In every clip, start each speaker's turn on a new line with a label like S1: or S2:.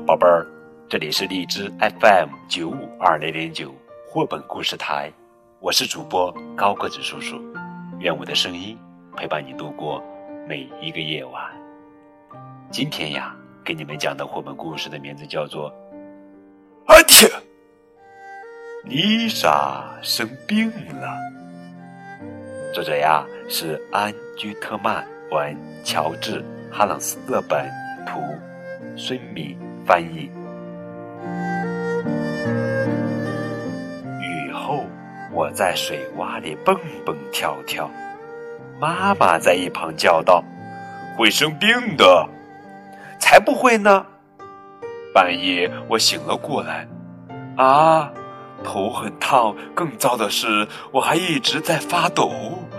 S1: 宝贝儿，这里是荔枝 FM95200.9绘本故事台，我是主播高个子叔叔，愿我的声音陪伴你度过每一个夜晚。今天呀，给你们讲的绘本故事的名字叫做阿嚏，丽莎生病了。作者呀是安居特曼文，乔治哈朗斯特本，图孙敏翻译。雨后我在水洼里蹦蹦跳跳，妈妈在一旁叫道：会生病的。才不会呢。半夜我醒了过来，头很烫，更糟的是我还一直在发抖。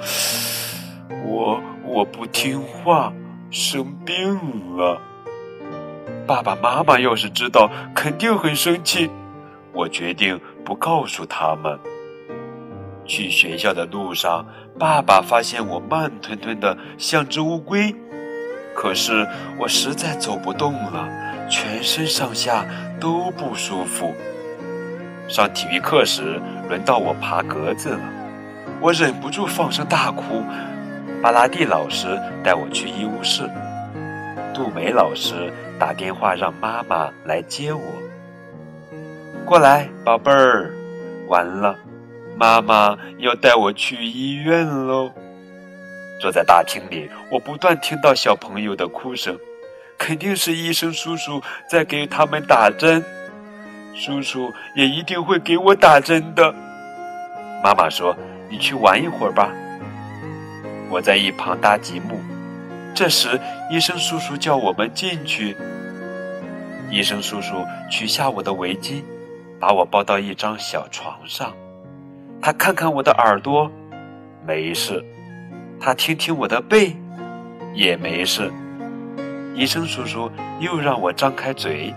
S1: 我不听话，生病了。爸爸妈妈要是知道，肯定很生气。我决定不告诉他们。去学校的路上，爸爸发现我慢吞吞的像只乌龟，可是我实在走不动了，全身上下都不舒服。上体育课时，轮到我爬格子了，我忍不住放声大哭。巴拉蒂老师带我去医务室，杜梅老师打电话让妈妈来接我。过来，宝贝儿，完了，妈妈要带我去医院喽。坐在大厅里，我不断听到小朋友的哭声，肯定是医生叔叔在给他们打针。叔叔也一定会给我打针的。妈妈说：你去玩一会儿吧。我在一旁搭积木。这时医生叔叔叫我们进去。医生叔叔取下我的围巾，把我抱到一张小床上。他看看我的耳朵，没事。他听听我的背，也没事。医生叔叔又让我张开嘴，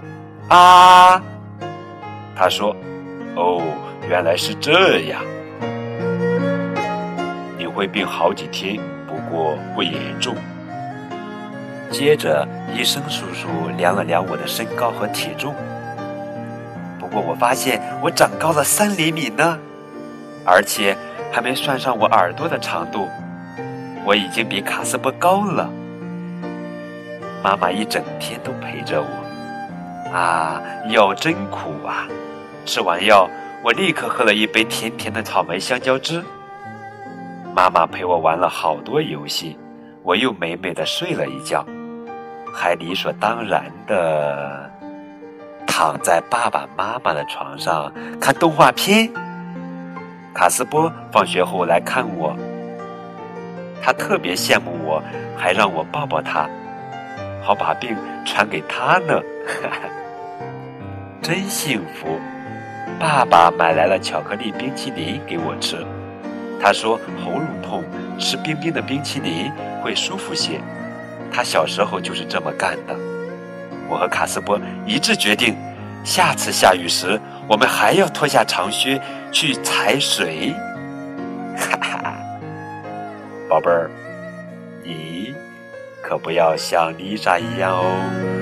S1: 他说：原来是这样。你会病好几天，不过不严重。接着医生叔叔量了量我的身高和体重，不过我发现我长高了3厘米呢，而且还没算上我耳朵的长度，我已经比卡斯波高了。妈妈一整天都陪着我，药真苦啊！吃完药，我立刻喝了一杯甜甜的草莓香蕉汁。妈妈陪我玩了好多游戏，我又美美的睡了一觉，还理所当然的躺在爸爸妈妈的床上看动画片。卡斯波放学后来看我，他特别羡慕我，还让我抱抱他，好把病传给他呢。真幸福。爸爸买来了巧克力冰淇淋给我吃，他说喉咙痛，吃冰冰的冰淇淋会舒服些。他小时候就是这么干的。我和卡斯波一致决定，下次下雨时我们还要脱下长靴去踩水。哈哈，宝贝儿，你可不要像丽莎一样哦。